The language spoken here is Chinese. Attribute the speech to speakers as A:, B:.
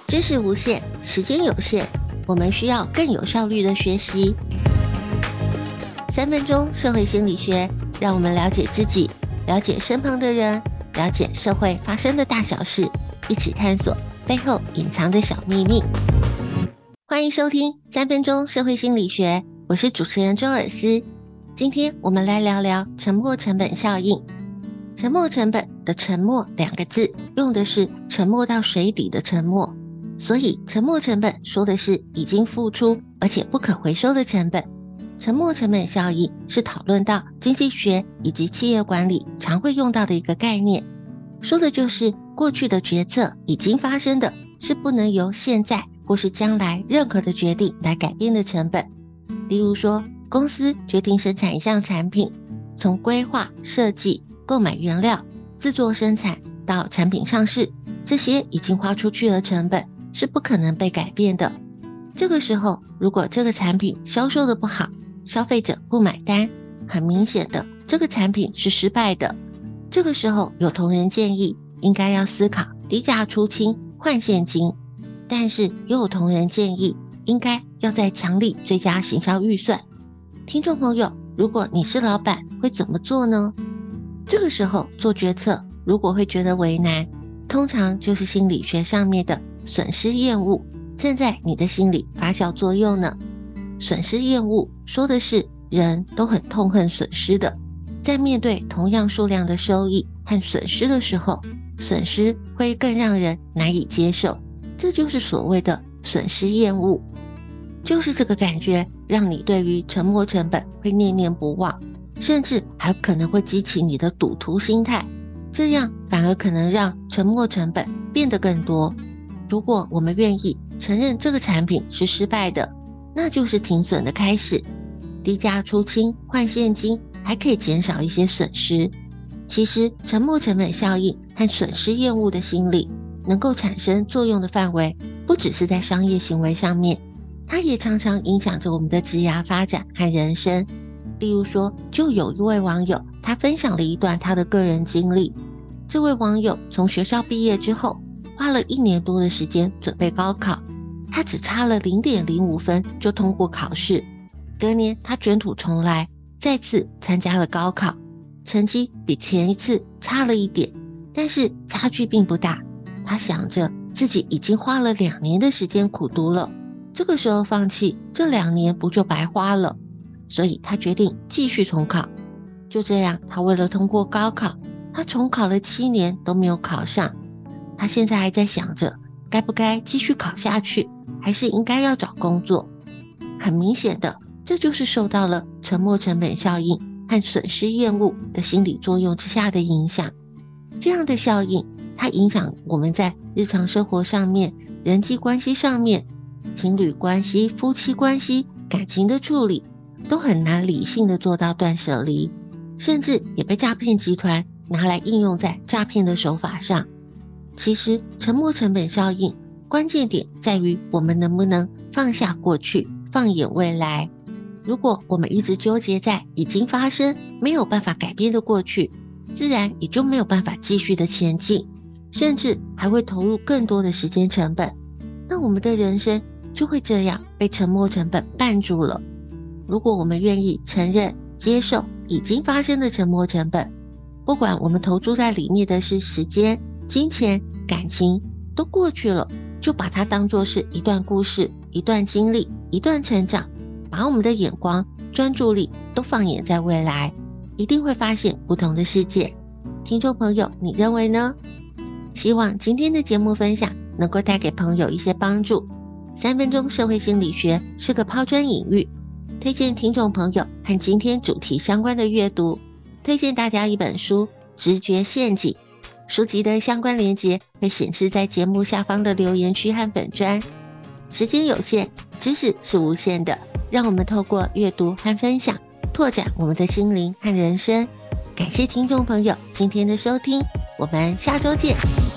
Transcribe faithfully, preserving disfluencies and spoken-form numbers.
A: 知识无限，时间有限，我们需要更有效率的学习。三分钟社会心理学，让我们了解自己，了解身旁的人，了解社会发生的大小事，一起探索背后隐藏的小秘密。欢迎收听三分钟社会心理学，我是主持人周尔思。今天我们来聊聊沉没成本效应。沉没成本的沉没两个字，用的是沉没到水底的沉没，所以沉没成本说的是已经付出而且不可回收的成本。沉没成本效应是讨论到经济学以及企业管理常会用到的一个概念，说的就是过去的决策已经发生的，是不能由现在或是将来任何的决定来改变的成本。例如说，公司决定生产一项产品，从规划、设计、购买原料、制作生产到产品上市，这些已经花出去的成本是不可能被改变的。这个时候，如果这个产品销售的不好，消费者不买单，很明显的，这个产品是失败的。这个时候，有同仁建议应该要思考低价出清换现金，但是又有同仁建议应该要再强力追加行销预算。听众朋友，如果你是老板，会怎么做呢？这个时候做决策，如果会觉得为难，通常就是心理学上面的损失厌恶正在你的心里发酵作用呢。损失厌恶说的是人都很痛恨损失的，在面对同样数量的收益和损失的时候，损失会更让人难以接受，这就是所谓的损失厌恶。就是这个感觉让你对于沉没成本会念念不忘，甚至还可能会激起你的赌徒心态，这样反而可能让沉没成本变得更多。如果我们愿意承认这个产品是失败的，那就是停损的开始，低价出清换现金还可以减少一些损失。其实沉没成本效应和损失厌恶的心理能够产生作用的范围不只是在商业行为上面，它也常常影响着我们的职业发展和人生。例如说，就有一位网友，他分享了一段他的个人经历。这位网友从学校毕业之后，花了一年多的时间准备高考，他只差了 零点零五 分就通过考试。隔年他卷土重来，再次参加了高考，成绩比前一次差了一点，但是差距并不大。他想着自己已经花了两年的时间苦读了，这个时候放弃，这两年不就白花了？所以他决定继续重考。就这样，他为了通过高考，他重考了七年都没有考上。他现在还在想着该不该继续考下去，还是应该要找工作。很明显的，这就是受到了沉没成本效应和损失厌恶的心理作用之下的影响。这样的效应，它影响我们在日常生活上面、人际关系上面、情侣关系、夫妻关系、感情的处理，都很难理性的做到断舍离，甚至也被诈骗集团拿来应用在诈骗的手法上。其实沉没成本效应关键点在于我们能不能放下过去，放眼未来。如果我们一直纠结在已经发生没有办法改变的过去，自然也就没有办法继续的前进，甚至还会投入更多的时间成本。那我们的人生就会这样被沉没成本绊住了。如果我们愿意承认、接受已经发生的沉没成本，不管我们投注在里面的是时间、金钱、感情，都过去了，就把它当作是一段故事、一段经历、一段成长，把我们的眼光、专注力都放眼在未来，一定会发现不同的世界。听众朋友，你认为呢？希望今天的节目分享能够带给朋友一些帮助。三分钟社会心理学是个抛砖引玉，推荐听众朋友和今天主题相关的阅读。推荐大家一本书《直觉陷阱》，书籍的相关连结会显示在节目下方的留言区和粉专。时间有限，知识是无限的，让我们透过阅读和分享，拓展我们的心灵和人生。感谢听众朋友今天的收听，我们下周见。